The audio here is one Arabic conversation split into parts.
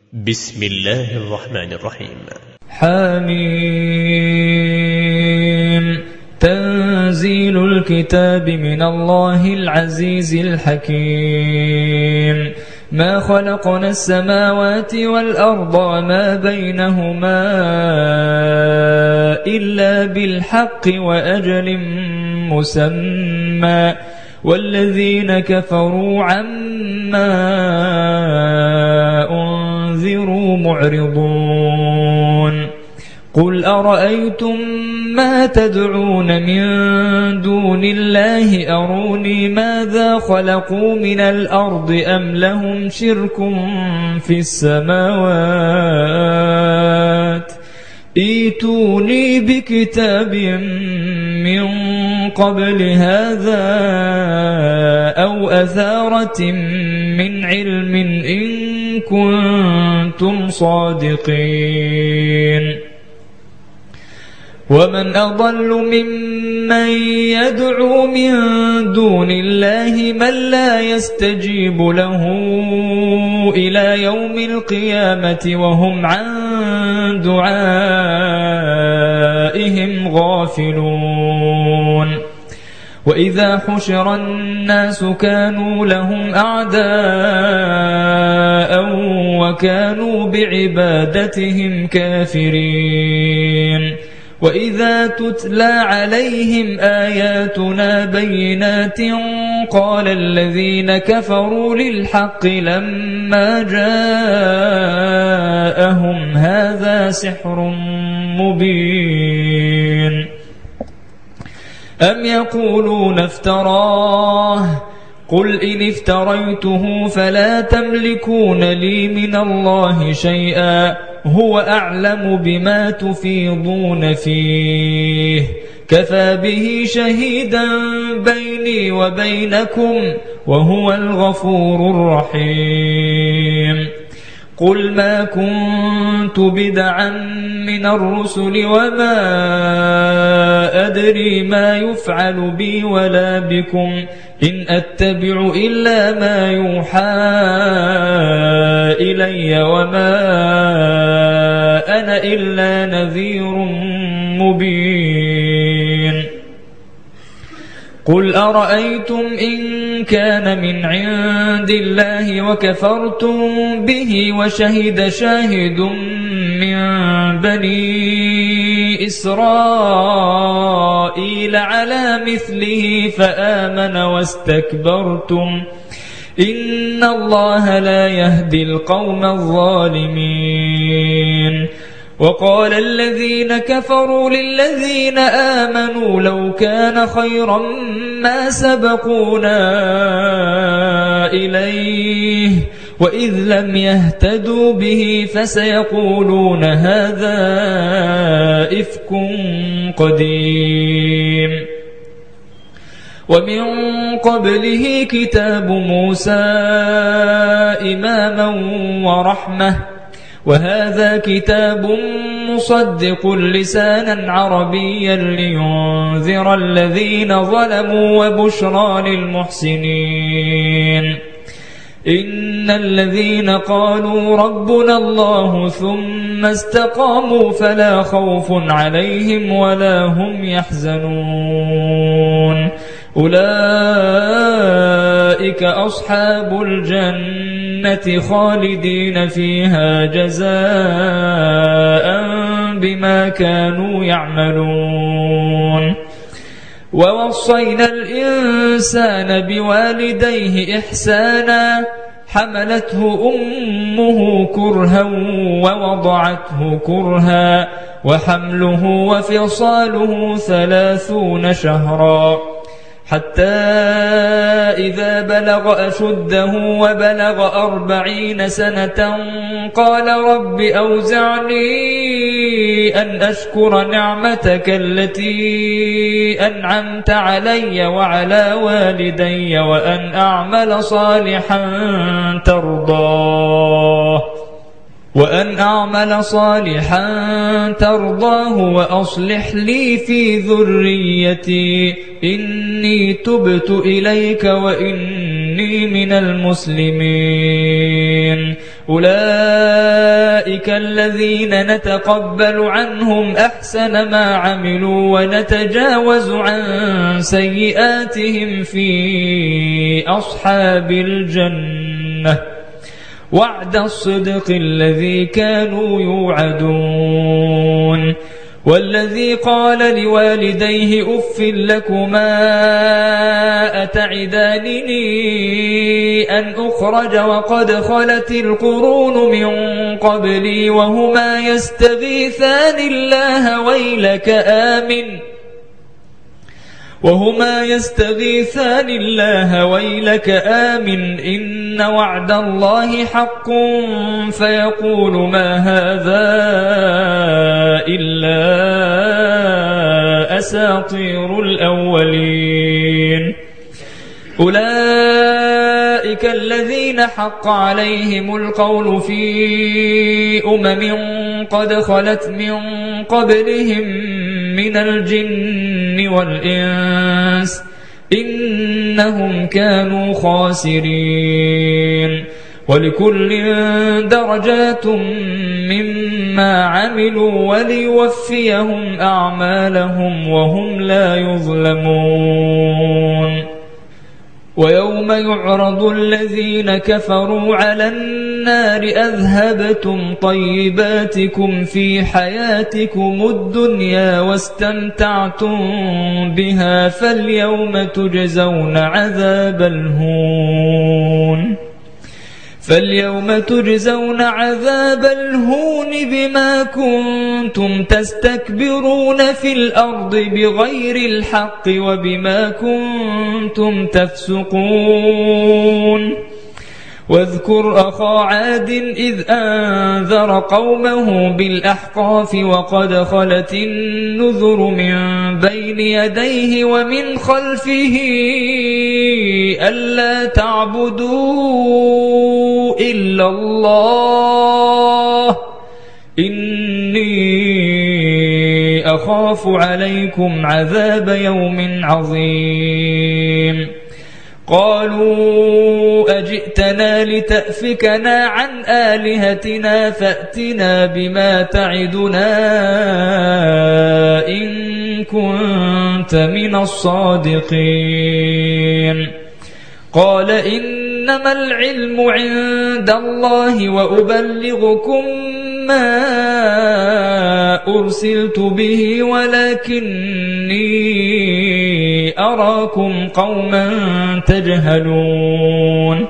بسم الله الرحمن الرحيم. حميم. تنزيل الكتاب من الله العزيز الحكيم. ما خلقنا السماوات والأرض وما بينهما إلا بالحق وأجل مسمى والذين كفروا عما أنذروا معرضون. قل أرأيتم ما تدعون من دون الله أروني ماذا خلقوا من الأرض أم لهم شرك في السماوات ائتوني بكتاب من قبل هذا أو أثارة من علم إن كنتم صادقين. ومن أضل ممن يدعو من دون الله من لا يستجيب له إلى يوم القيامة وهم عن دعائهم غافلون. وإذا حشر الناس كانوا لهم أعداء وكانوا بعبادتهم كافرين. وإذا تتلى عليهم آياتنا بينات قال الذين كفروا للحق لما جاءهم هذا سحر مبين. أم يقولون افتراه قل إن افتريته فلا تملكون لي من الله شيئا هو أعلم بما تفيضون فيه كفى به شهيدا بيني وبينكم وهو الغفور الرحيم. قل ما كنت بدعا من الرسل وما أدري ما يفعل بي ولا بكم إن أتبع إلا ما يوحى إلي وما أنا إلا نذير مبين. قل أرأيتم إن كان من عند الله وكفرتم به وشهد شاهد من بني إسرائيل على مثله فآمن واستكبرتم إن الله لا يهدي القوم الظالمين. وقال الذين كفروا للذين آمنوا لو كان خيرا ما سبقونا إليه وإذ لم يهتدوا به فسيقولون هذا إفك قديم. ومن قبله كتاب موسى إماما ورحمة وهذا كتاب مصدق لسانا عربيا لينذر الذين ظلموا وبشرى للمحسنين. إن الذين قالوا ربنا الله ثم استقاموا فلا خوف عليهم ولا هم يحزنون أولئك أصحاب الجنة خالدين فيها جزاء بما كانوا يعملون. ووصينا الإنسان بوالديه إحسانا حملته أمه كرها ووضعته كرها وحمله وفصاله 30 شهرا حتى إذا بلغ أشده وبلغ 40 سنة قال رب أوزعني أن أشكر نعمتك التي أنعمت علي وعلى والدي وأن أعمل صالحا ترضاه وأصلح لي في ذريتي إني تبت إليك وإني إني من المسلمين أولئك الذين نتقبل عنهم أحسن ما عملوا ونتجاوز عن سيئاتهم في أصحاب الجنة وعد الصدق الذي كانوا يوعدون والذي قال لوالديه أف لكما أتعدانني أن أخرج وقد خلت القرون من قبلي وهما يستغيثان الله ويلك آمن إن وعد الله حق فيقول ما هذا إلا أساطير الأولين أولئك الذين حق عليهم القول في قد خلت من قبلهم من الجن والإنس إنهم كانوا خاسرين ولكل درجات مما عملوا وليوفيهم أعمالهم وهم لا يظلمون ويوم يعرض الذين كفروا على النار أذهبتم طيباتكم في حياتكم الدنيا واستمتعتم بها فاليوم تجزون عذاب الهون بما كنتم تستكبرون في الأرض بغير الحق وبما كنتم تفسقون واذكر أخا عاد إذ أنذر قومه بالأحقاف وقد خلت النذر من بين يديه ومن خلفه ألا تعبدوا إلا الله إني أخاف عليكم عذاب يوم عظيم قالوا أجئتنا لتأفكنا عن آلهتنا فأتنا بما تعدنا إن كنت من الصادقين قال إنما العلم عند الله وأبلغكم ما أرسلت به ولكني أراكم قوما تجهلون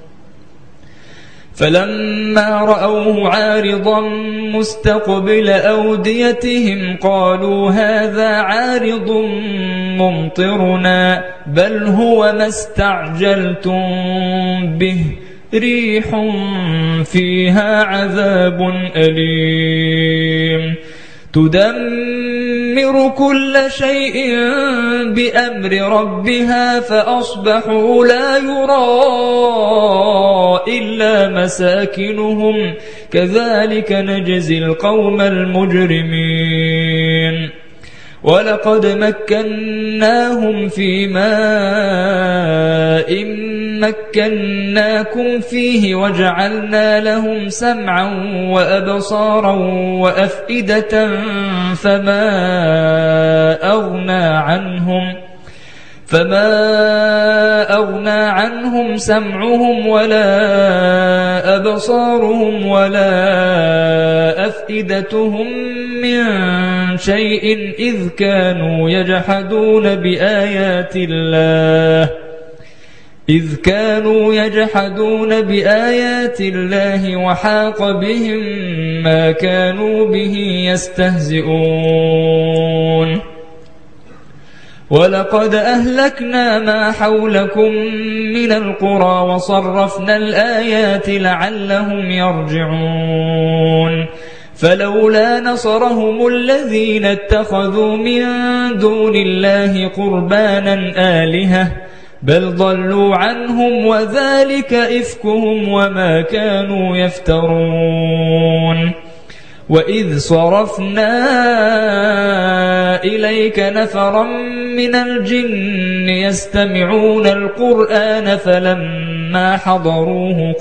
فلما رأوه عارضا مستقبل أوديتهم قالوا هذا عارض ممطرنا بل هو ما استعجلتم به ريح فيها عذاب أليم تدمر كل شيء بأمر ربها فأصبحوا لا يرى إلا مساكنهم كذلك نجزي القوم المجرمين ولقد مكناهم في ماء مكناكم فيه وجعلنا لهم سمعا وأبصارا وأفئدة فما أغنى عنهم سمعهم ولا أبصارهم ولا أفئدتهم من شيء إذ كانوا يجحدون بآيات الله وحاق بهم ما كانوا به يستهزئون ولقد أهلكنا ما حولكم من القرى وصرفنا الآيات لعلهم يرجعون فلولا نصرهم الذين اتخذوا من دون الله قربانا آلهة بل ضلوا عنهم وذلك إفكهم وما كانوا يفترون وإذ صرفنا إليك نفرا من الجن يستمعون القرآن فلما حضروه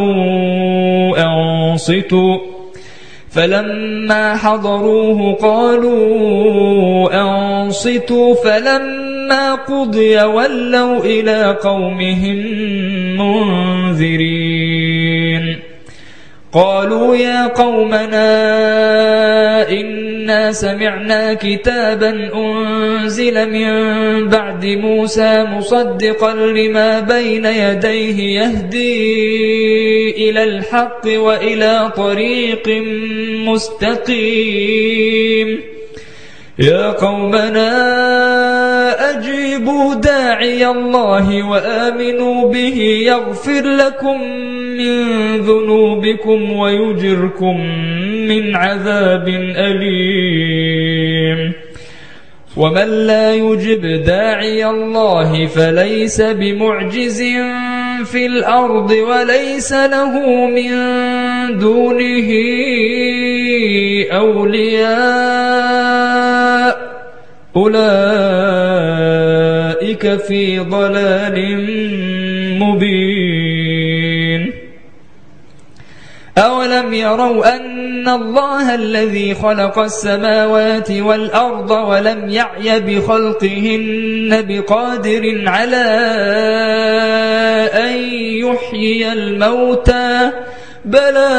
قالوا أنصتوا فلما قضي ولوا إلى قومهم منذرين قالوا يا قومنا إنا سمعنا كتابا أنزل من بعد موسى مصدقا لما بين يديه يهدي إلى الحق وإلى طريق مستقيم يا قومنا أجيبوا داعي الله وآمنوا به يغفر لكم من ذنوبكم ويجركم من عذاب أليم ومن لا يجب داعي الله فليس بمعجز في الأرض وليس له من دونه أولياء أولئك في ضلال مبين أولم يروا أن الله الذي خلق السماوات والأرض ولم يعي بخلقهن بقادر على أن يحيي الموتى بلى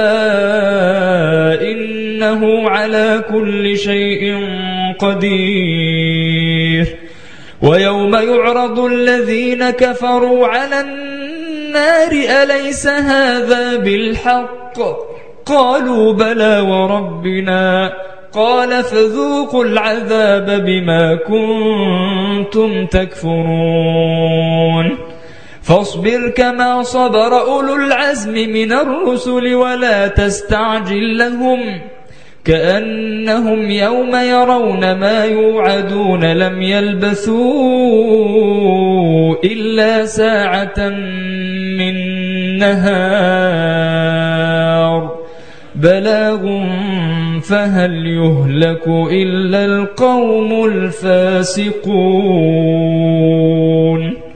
إنه على كل شيء قدير ويوم يعرض الذين كفروا على النار أليس هذا بالحق قالوا بلى وربنا قال فذوقوا العذاب بما كنتم تكفرون فاصبر كما صبر أولو العزم من الرسل ولا تستعجل لهم كأنهم يوم يرون ما يوعدون لم يلبثوا إلا ساعة من نهار بلاغ فهل يهلك إلا القوم الفاسقون